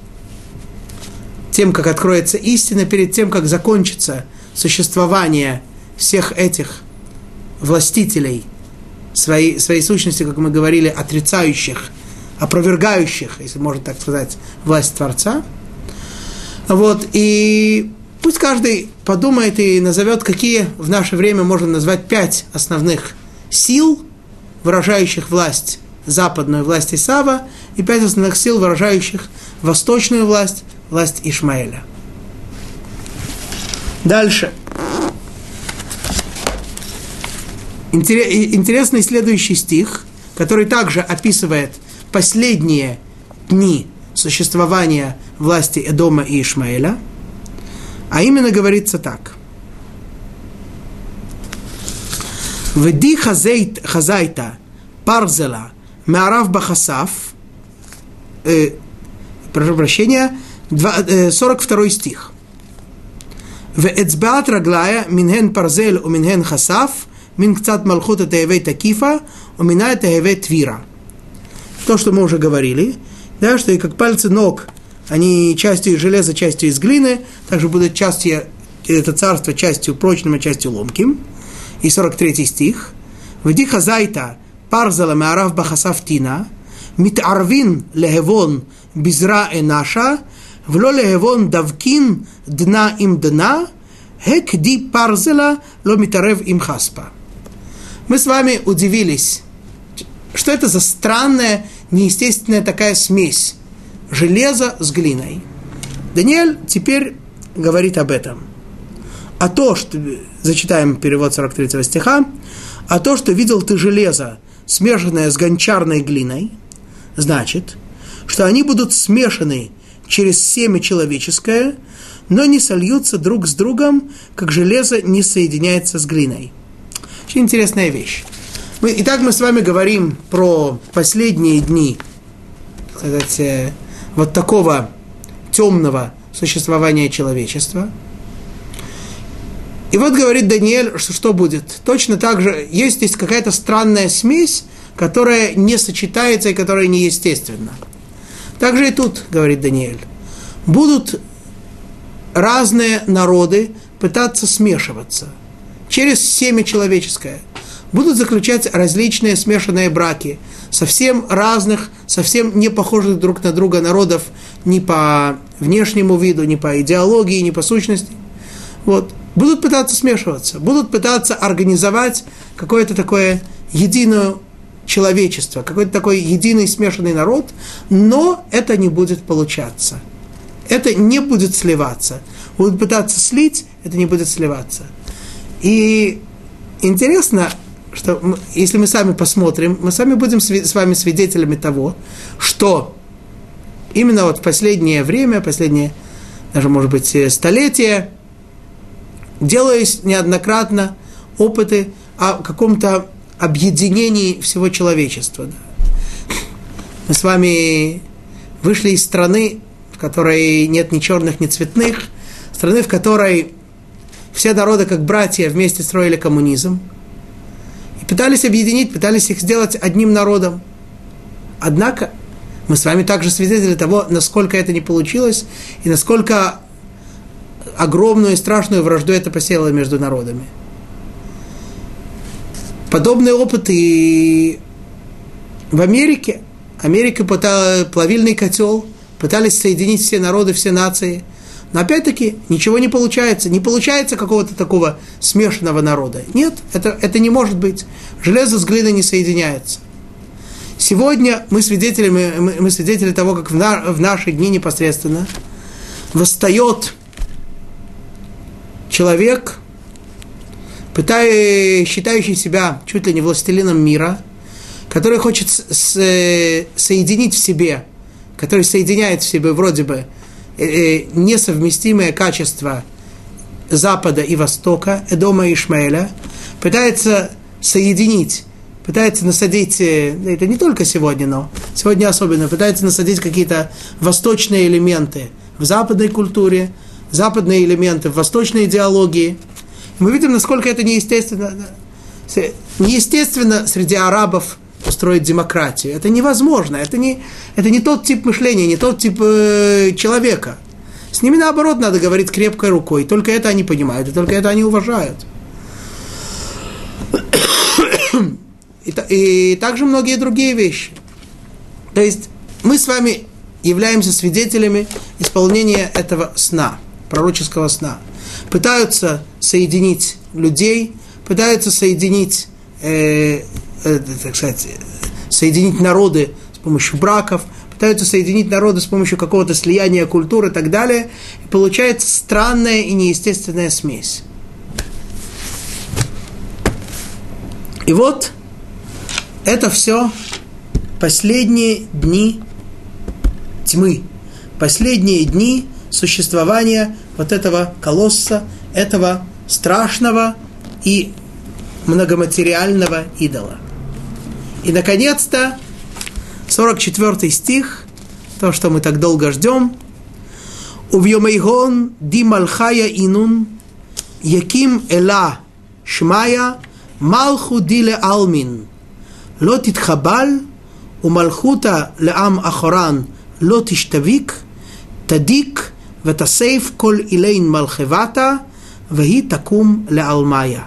тем, как откроется истина, перед тем, как закончится существование всех этих властителей, своей сущности, как мы говорили, отрицающих, опровергающих, если можно так сказать, власть Творца. Вот, и пусть каждый подумает и назовет, какие в наше время можно назвать 5 основных сил, выражающих власть западную, власть Исава, и 5 основных сил, выражающих восточную власть, власть Ишмаэля. Дальше. Интересный следующий стих, который также описывает последние дни существования власти Эдома и Ишмаэля, а именно говорится так. «Веди хазайта парзела меарав бахасав». Прошу прощения, 42 стих. «Веэцбеат раглая минген парзель у минген хасав, мин кцат малхута теевей такифа, у минай теевей твира». То, что мы уже говорили, да, что и как пальцы ног, они частью из железа, частью из глины, также будут частью, это царство частью прочным, а частью ломким. И 43 стих. «Веди хазайта парзала меарав бахасав тина, митарвин лехевон бизра энаша, вло лехевон давкин дна им дна, хекди парзела ло митарев им хаспа». Мы с вами удивились, что это за странная, неестественная такая смесь железа с глиной. Даниэль теперь говорит об этом. а то, что, зачитаем перевод 43 стиха, а то, что видел ты железо, смешанное с гончарной глиной, значит, что они будут смешаны через семя человеческое, но не сольются друг с другом, как железо не соединяется с глиной. Очень интересная вещь. Итак, мы с вами говорим про последние дни, сказать, вот такого темного существования человечества. И вот говорит Даниэль, что будет. Точно так же есть какая-то странная смесь, которая не сочетается и которая неестественна. Так же и тут, говорит Даниэль, будут разные народы пытаться смешиваться через семя человеческое. Будут заключать различные смешанные браки совсем разных, совсем не похожих друг на друга народов ни по внешнему виду, ни по идеологии, ни по сущности. Вот. Будут пытаться смешиваться, будут пытаться организовать какое-то такое единое человечество, какой-то такой единый смешанный народ, но это не будет получаться. Это не будет сливаться. Будут пытаться слить, это не будет сливаться. И интересно, что если мы сами посмотрим, мы сами будем с вами свидетелями того, что именно вот в последнее время, последние, даже, может быть, столетия, делались неоднократно опыты о каком-то объединении всего человечества. Мы с вами вышли из страны, в которой нет ни черных, ни цветных, страны, в которой все народы, как братья, вместе строили коммунизм, и пытались объединить, пытались их сделать одним народом. Однако мы с вами также свидетели того, насколько это не получилось, и насколько огромную и страшную вражду это посеяло между народами. Подобный опыт и в Америке. Америка пыталась, плавильный котел, пытались соединить все народы, все нации. Но опять-таки ничего не получается. Не получается какого-то такого смешанного народа. Нет, это не может быть. Железо с глиной не соединяется. Сегодня мы свидетели того, как в наши дни непосредственно восстает человек, считающий себя чуть ли не властелином мира, который хочет соединить в себе, который соединяет в себе вроде бы несовместимые качества Запада и Востока, Эдома и Ишмаэля, пытается соединить, пытается насадить, это не только сегодня, но сегодня особенно, пытается насадить какие-то восточные элементы в западной культуре, западные элементы в восточной идеологии. Мы видим, насколько это неестественно. Неестественно среди арабов устроить демократию. Это невозможно. Это не тот тип мышления, не тот тип человека. С ними, наоборот, надо говорить крепкой рукой. Только это они понимают, и только это они уважают. И также многие другие вещи. То есть мы с вами являемся свидетелями исполнения этого сна, пророческого сна. Пытаются соединить людей, пытаются соединить, так сказать, соединить народы с помощью браков, пытаются соединить народы с помощью какого-то слияния культуры и так далее. И получается странная и неестественная смесь. И вот это все последние дни тьмы, последние дни существования вот этого колосса, этого страшного и многоматериального идола. И, наконец-то, 44 стих, то, что мы так долго ждем. «Увьемейгон ди малхая инун, яким эла шмая, малху диле алмин, ло титхабаль, умалхута леам ахоран, ло тиштавик, тадик, ותסייף כל אילין מלכבתה, והיא תקום לעלמיה».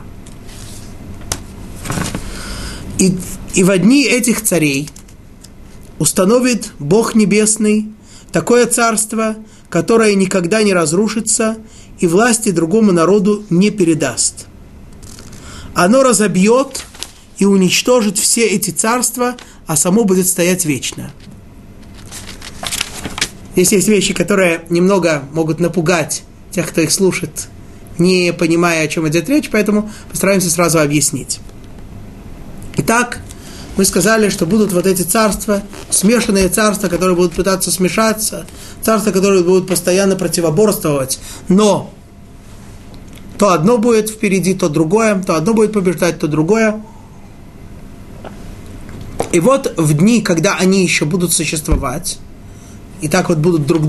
И в дни этих царей установит Бог Небесный такое царство, которое никогда не разрушится и власти другому народу не передаст. Оно разобьет и уничтожит все эти царства, а само будет стоять вечно. Здесь есть вещи, которые немного могут напугать тех, кто их слушает не понимая, о чем идет речь, поэтому постараемся сразу объяснить. Итак, мы сказали, что будут вот эти царства, смешанные царства, которые будут пытаться смешаться, царства, которые будут постоянно противоборствовать, но то одно будет впереди, то другое, то одно будет побеждать, то другое. И вот в дни, когда они еще будут существовать, и так вот будут друг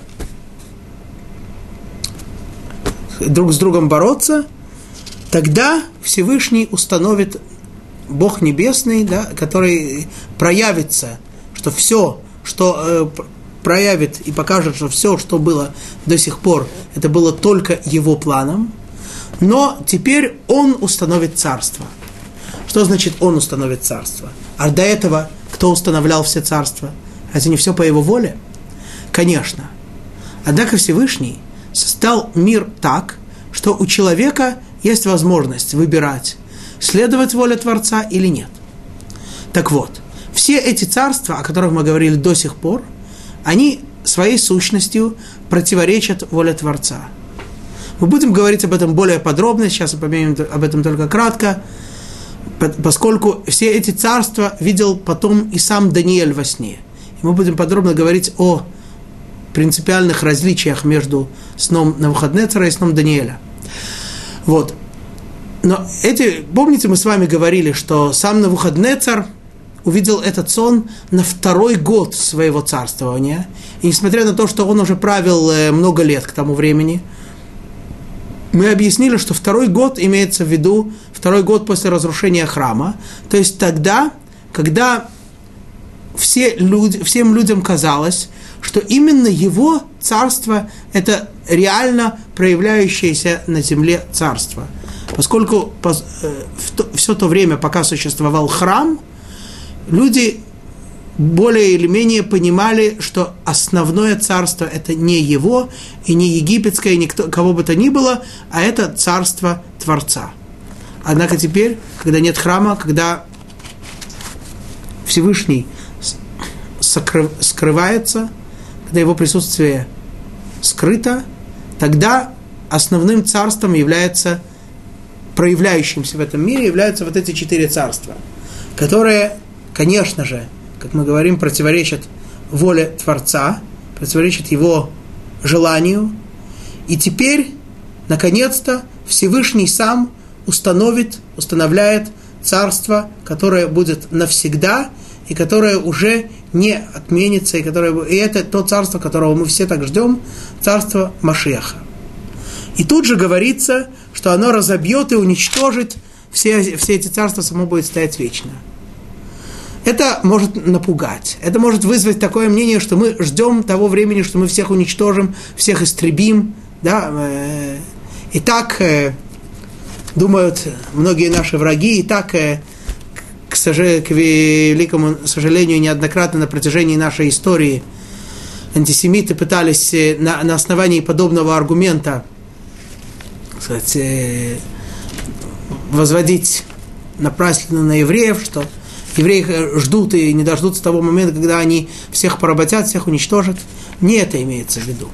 с другом бороться, тогда Всевышний установит, Бог Небесный, да, который проявится, что все, что проявит и покажет, что все, что было до сих пор, это было только его планом, но теперь он установит царство. Что значит он установит царство? А до этого кто устанавливал все царства? Разве не все по его воле? Конечно. Однако Всевышний создал мир так, что у человека есть возможность выбирать, следовать воле Творца или нет. Так вот, все эти царства, о которых мы говорили до сих пор, они своей сущностью противоречат воле Творца. Мы будем говорить об этом более подробно, сейчас упомянем об этом только кратко, поскольку все эти царства видел потом и сам Даниэль во сне. И мы будем подробно говорить о принципиальных различиях между сном Навуходнецера и сном Даниэля. Вот. Но помните, мы с вами говорили, что сам Навуходнецер увидел этот сон на второй год своего царствования. И несмотря на то, что он уже правил много лет к тому времени, мы объяснили, что второй год имеется в виду второй год после разрушения храма. То есть тогда, когда всем людям казалось, что именно его царство – это реально проявляющееся на земле царство. Поскольку все то время, пока существовал храм, люди более или менее понимали, что основное царство – это не его, и не египетское, и кого бы то ни было, а это царство Творца. Однако теперь, когда нет храма, когда Всевышний скрывается, когда его присутствие скрыто, тогда основным царством является, проявляющимся в этом мире, являются вот эти 4 царства, которые, конечно же, как мы говорим, противоречат воле Творца, противоречат его желанию. И теперь, наконец-то, Всевышний сам устанавливает царство, которое будет навсегда, и которое уже не отменится, и это то царство, которого мы все так ждем, царство Машиаха. И тут же говорится, что оно разобьет и уничтожит все эти царства, само будет стоять вечно. Это может напугать, это может вызвать такое мнение, что мы ждем того времени, что мы всех уничтожим, всех истребим. Да? И так думают многие наши враги, и так, к великому сожалению, неоднократно на протяжении нашей истории антисемиты пытались на основании подобного аргумента, кстати, возводить напрасленно на евреев, что евреи ждут и не дождутся того момента, когда они всех поработят, всех уничтожат. Не это имеется в виду.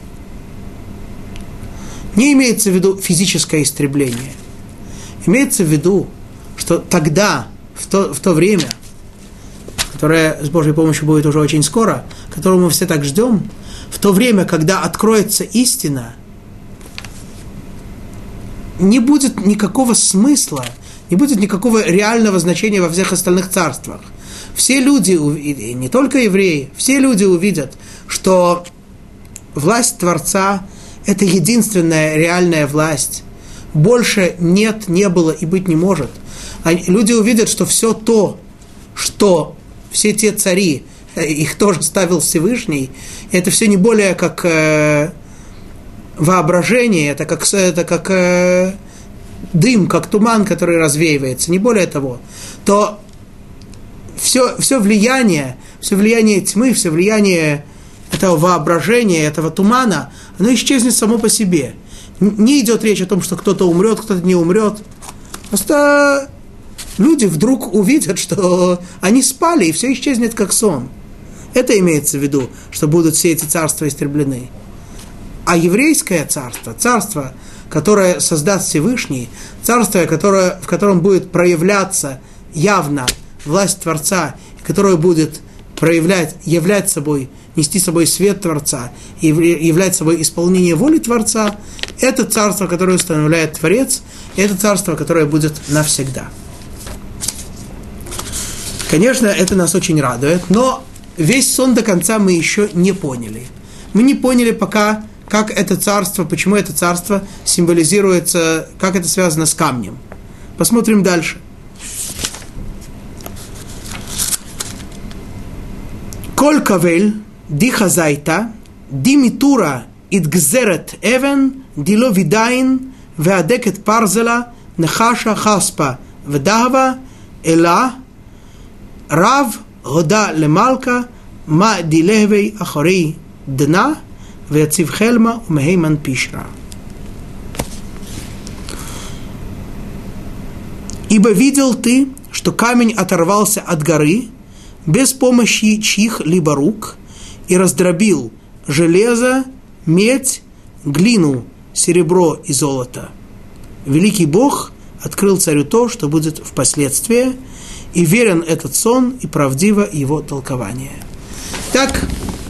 Не имеется в виду физическое истребление. Имеется в виду, что тогда, в то время, которое с Божьей помощью будет уже очень скоро, которого мы все так ждем, в то время, когда откроется истина, не будет никакого смысла, не будет никакого реального значения во всех остальных царствах. Все люди, и не только евреи, все люди увидят, что власть Творца – это единственная реальная власть. Больше нет, не было и быть не может. Люди увидят, что все то, что все те цари, их тоже ставил Всевышний, это все не более как воображение, это как дым, как туман, который развеивается, не более того, то все влияние тьмы, все влияние этого воображения, этого тумана, оно исчезнет само по себе. Не идет речь о том, что кто-то умрет, кто-то не умрет. Просто люди вдруг увидят, что они спали, и все исчезнет как сон. Это имеется в виду, что будут все эти царства истреблены. А еврейское царство, царство, которое создаст Всевышний, царство, в котором будет проявляться явно власть Творца, которое будет являть собой, нести собой свет Творца и являть собой исполнение воли Творца, это царство, которое устанавливает Творец, это царство, которое будет навсегда. Конечно, это нас очень радует, но весь сон до конца мы еще не поняли. Мы не поняли пока, как это царство, почему это царство символизируется, как это связано с камнем. Посмотрим дальше. Коль кавель ди хазайта ди митура идгзерет эвен дило видайн веадекет парзела нехаша хаспа вдахва эла рав года лемалка ма дилевей ахори дна вяцив хельма умейман пишра. Ибо видел ты, что камень оторвался от горы без помощи чьих-либо рук и раздробил железо, медь, глину, серебро и золото. Великий Бог открыл царю то, что будет впоследствии, и верен этот сон, и правдиво его толкование. Так,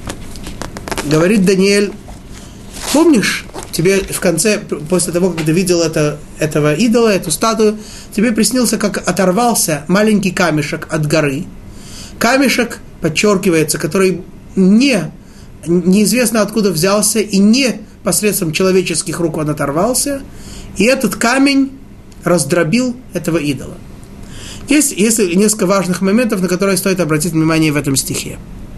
говорит Даниэль, помнишь, тебе в конце, после того, как ты видел этого идола, эту статую, тебе приснился, как оторвался маленький камешек от горы. Камешек, подчеркивается, который неизвестно откуда взялся, и не посредством человеческих рук он оторвался, и этот камень раздробил этого идола. Есть несколько важных моментов, на которые стоит обратить внимание в этом стихе.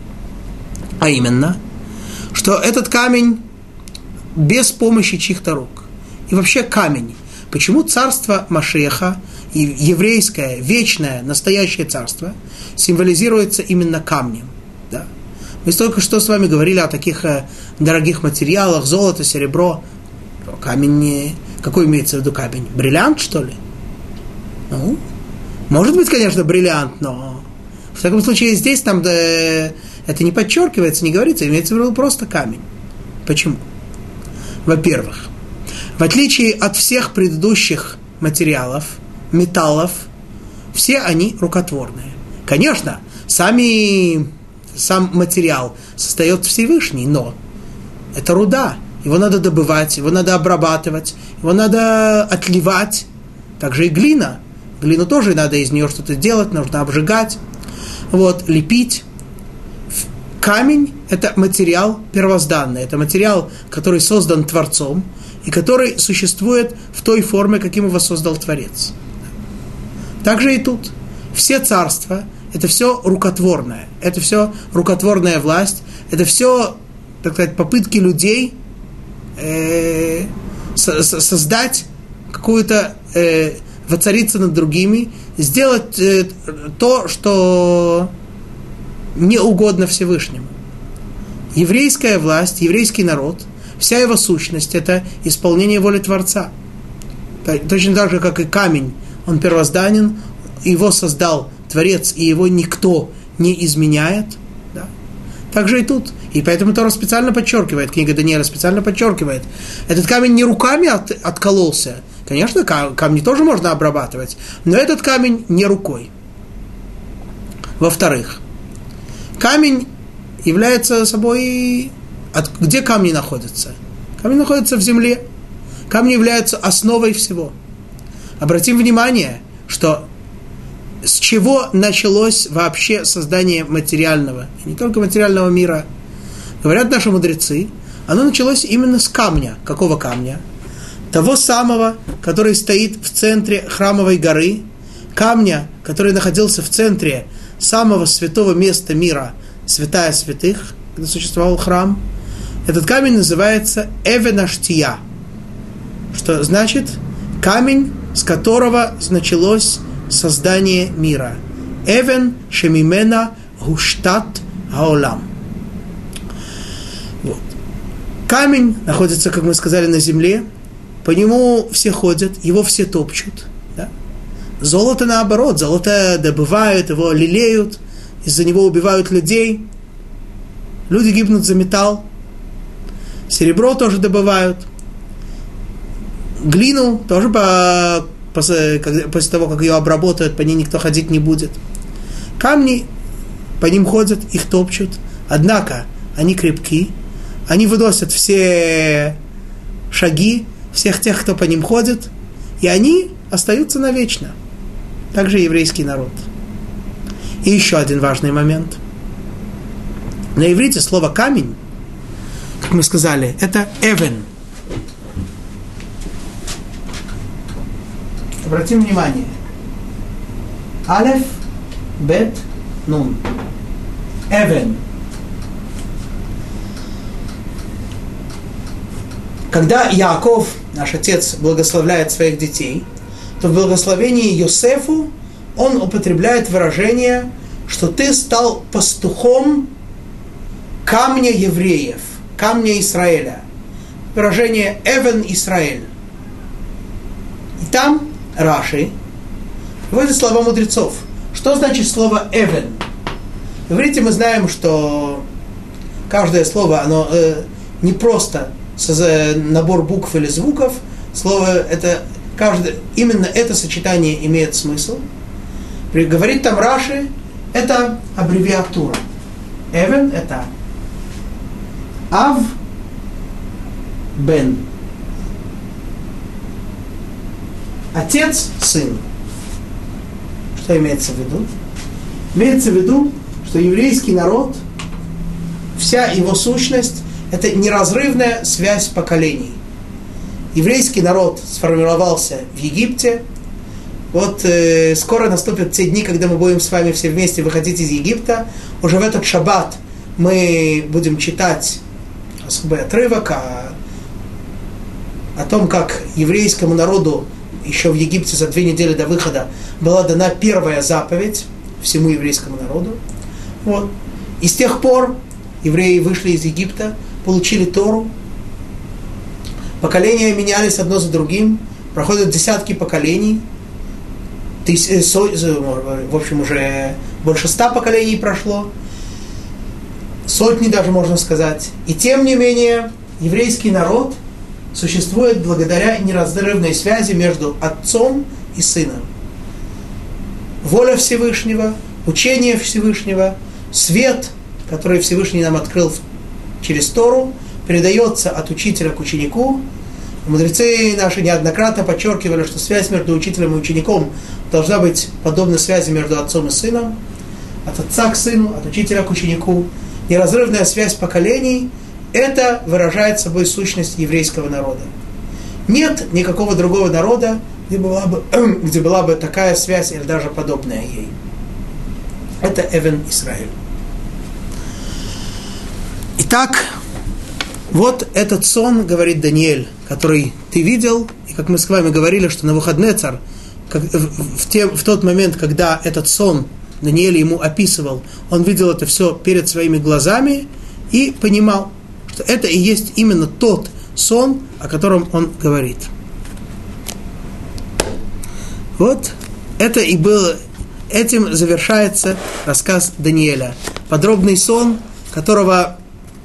А именно, что этот камень без помощи чьих-то рук. И вообще камень. Почему царство Машеха, еврейское, вечное, настоящее царство, символизируется именно камнем? Да? Мы только что с вами говорили о таких дорогих материалах, золото, серебро. Камень, какой имеется в виду камень? Бриллиант, что ли? Ну, может быть, конечно, бриллиант, но в таком случае здесь там это не подчеркивается, не говорится, имеется в виду просто камень. Почему? Во-первых, в отличие от всех предыдущих материалов, металлов, все они рукотворные. Конечно, сам материал создает Всевышний, но это руда. Его надо добывать, его надо обрабатывать, его надо отливать. Также и глина. Глину тоже надо из нее что-то делать, нужно обжигать, лепить. Камень – это материал первозданный, это материал, который создан Творцом и который существует в той форме, каким его создал Творец. Также и тут. Все царства – это все рукотворное, это все рукотворная власть, это все, так сказать, попытки людей создать какую-то, воцариться над другими, сделать то, что не угодно Всевышнему. Еврейская власть, еврейский народ, вся его сущность – это исполнение воли Творца. Точно так же, как и камень, он первозданен, его создал Творец, и его никто не изменяет. Да? Так же и тут. И поэтому Тора специально подчеркивает, книга Даниэля специально подчеркивает, этот камень не руками откололся. Конечно, камни тоже можно обрабатывать, но этот камень не рукой. Во-вторых, камень является собой... Где камни находятся? Камни находятся в земле. Камни являются основой всего. Обратим внимание, что с чего началось вообще создание материального, и не только материального мира. Говорят наши мудрецы, оно началось именно с камня. Какого камня? Того самого, который стоит в центре храмовой горы, камня, который находился в центре самого святого места мира, святая святых, где существовал храм. Этот камень называется Эвен Аштия, что значит камень, с которого началось создание мира. Эвен Шемимена Гуштат Аолам. Камень находится, как мы сказали, на земле, по нему все ходят, его все топчут. Да? Золото наоборот, золото добывают, его лелеют, из-за него убивают людей. Люди гибнут за металл. Серебро тоже добывают. Глину тоже после того, как ее обработают, по ней никто ходить не будет. Камни, по ним ходят, их топчут. Однако они крепки. Они выносят все шаги всех тех, кто по ним ходит. И они остаются навечно. Также еврейский народ. И еще один важный момент. На иврите слово «камень», как мы сказали, это «эвен». Обратим внимание. Алеф, бет, нун. Эвен. Когда Яаков, наш отец, благословляет своих детей, то в благословении Йосефу он употребляет выражение, что ты стал пастухом камня евреев, камня Израиля. Выражение «Эвен Исраэль». И там Раши приводит слова мудрецов. Что значит слово «эвен»? В иврите мы знаем, что каждое слово, оно не просто набор букв или звуков. Слово это именно это сочетание имеет смысл. Говорит там Раши, это аббревиатура. «Эвен» это Ав Бен. Отец, сын. Что имеется в виду? Имеется в виду, что еврейский народ, вся его сущность, это неразрывная связь поколений. Еврейский народ сформировался в Египте. Вот скоро наступят те дни, когда мы будем с вами все вместе выходить из Египта. Уже в этот шаббат мы будем читать особый отрывок о том, как еврейскому народу еще в Египте за 2 недели до выхода была дана первая заповедь всему еврейскому народу. Вот. И с тех пор евреи вышли из Египта, получили Тору. Поколения менялись одно за другим. Проходят десятки поколений. В общем, уже больше 100 поколений прошло. Сотни даже, можно сказать. И тем не менее, еврейский народ существует благодаря неразрывной связи между отцом и сыном. Воля Всевышнего, учение Всевышнего, свет, который Всевышний нам открыл через Тору, передается от учителя к ученику. Мудрецы наши неоднократно подчеркивали, что связь между учителем и учеником должна быть подобна связи между отцом и сыном, от отца к сыну, от учителя к ученику. Неразрывная связь поколений – это выражает собой сущность еврейского народа. Нет никакого другого народа, где была бы такая связь или даже подобная ей. Это Эвен Исраэль. Итак, вот этот сон, говорит Даниэль, который ты видел, и как мы с вами говорили, что Навуходнецар, в тот момент, когда этот сон Даниэль ему описывал, он видел это все перед своими глазами и понимал, что это и есть именно тот сон, о котором он говорит. Вот это и было, этим завершается рассказ Даниэля. Подробный сон, который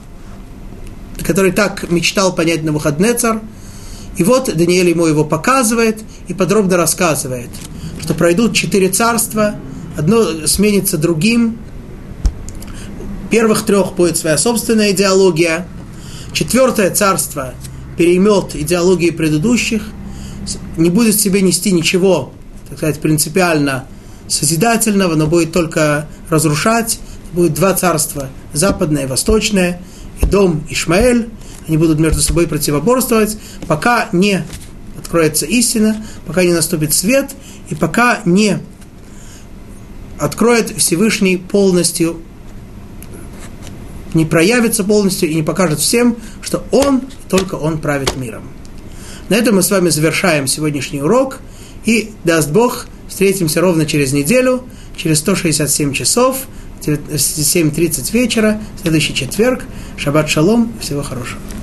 так мечтал понять Навуходнецар. И вот Даниэль ему его показывает и подробно рассказывает, что пройдут 4 царства, одно сменится другим. Первых 3 будет своя собственная идеология. 4 царство переймет идеологии предыдущих, не будет в себе нести ничего, так сказать, принципиально созидательного, но будет только разрушать. Будет 2 царства, западное и восточное, Эдом и Ишмаэль. Они будут между собой противоборствовать, пока не откроется истина, пока не наступит свет, и пока не откроет Всевышний полностью, не проявится полностью и не покажет всем, что Он, только Он правит миром. На этом мы с вами завершаем сегодняшний урок, и, даст Бог, встретимся ровно через неделю, через 167 часов, в 7:30 вечера, в следующий четверг. Шаббат шалом, всего хорошего.